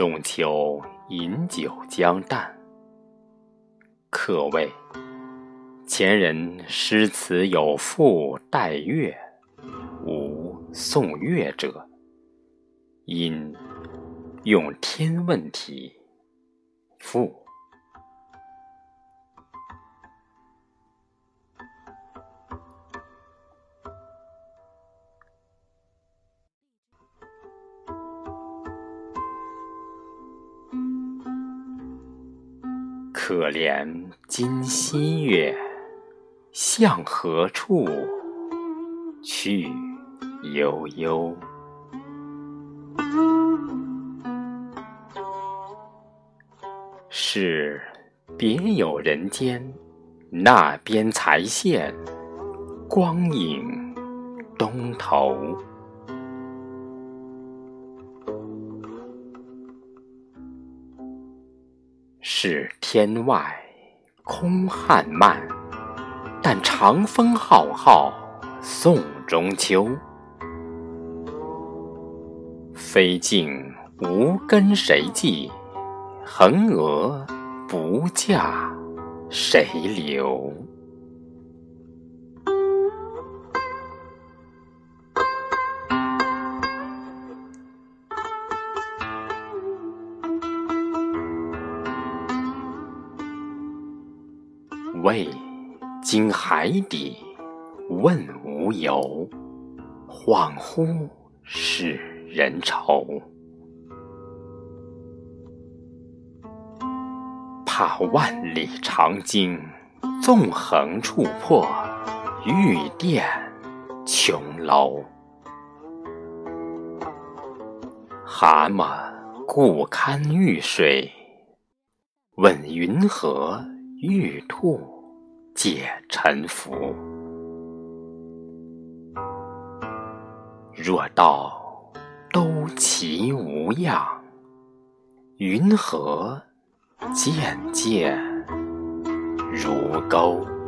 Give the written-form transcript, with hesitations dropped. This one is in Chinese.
中秋饮酒江淡。客谓前人诗词有赋带乐，无颂乐者，因用天问题赋。可怜今夕月，向何处去悠悠。是别有人间，那边才现光影东头。是天外空汉漫，但长风浩浩送中秋。飞镜无根谁系，横额不架谁留。为今海底问无由，恍惚使人愁。怕万里长鲸纵横触破，玉殿琼楼。蛤蟆故堪玉水，问云何玉兔解沉浮。若道都其无恙，云何渐渐如钩。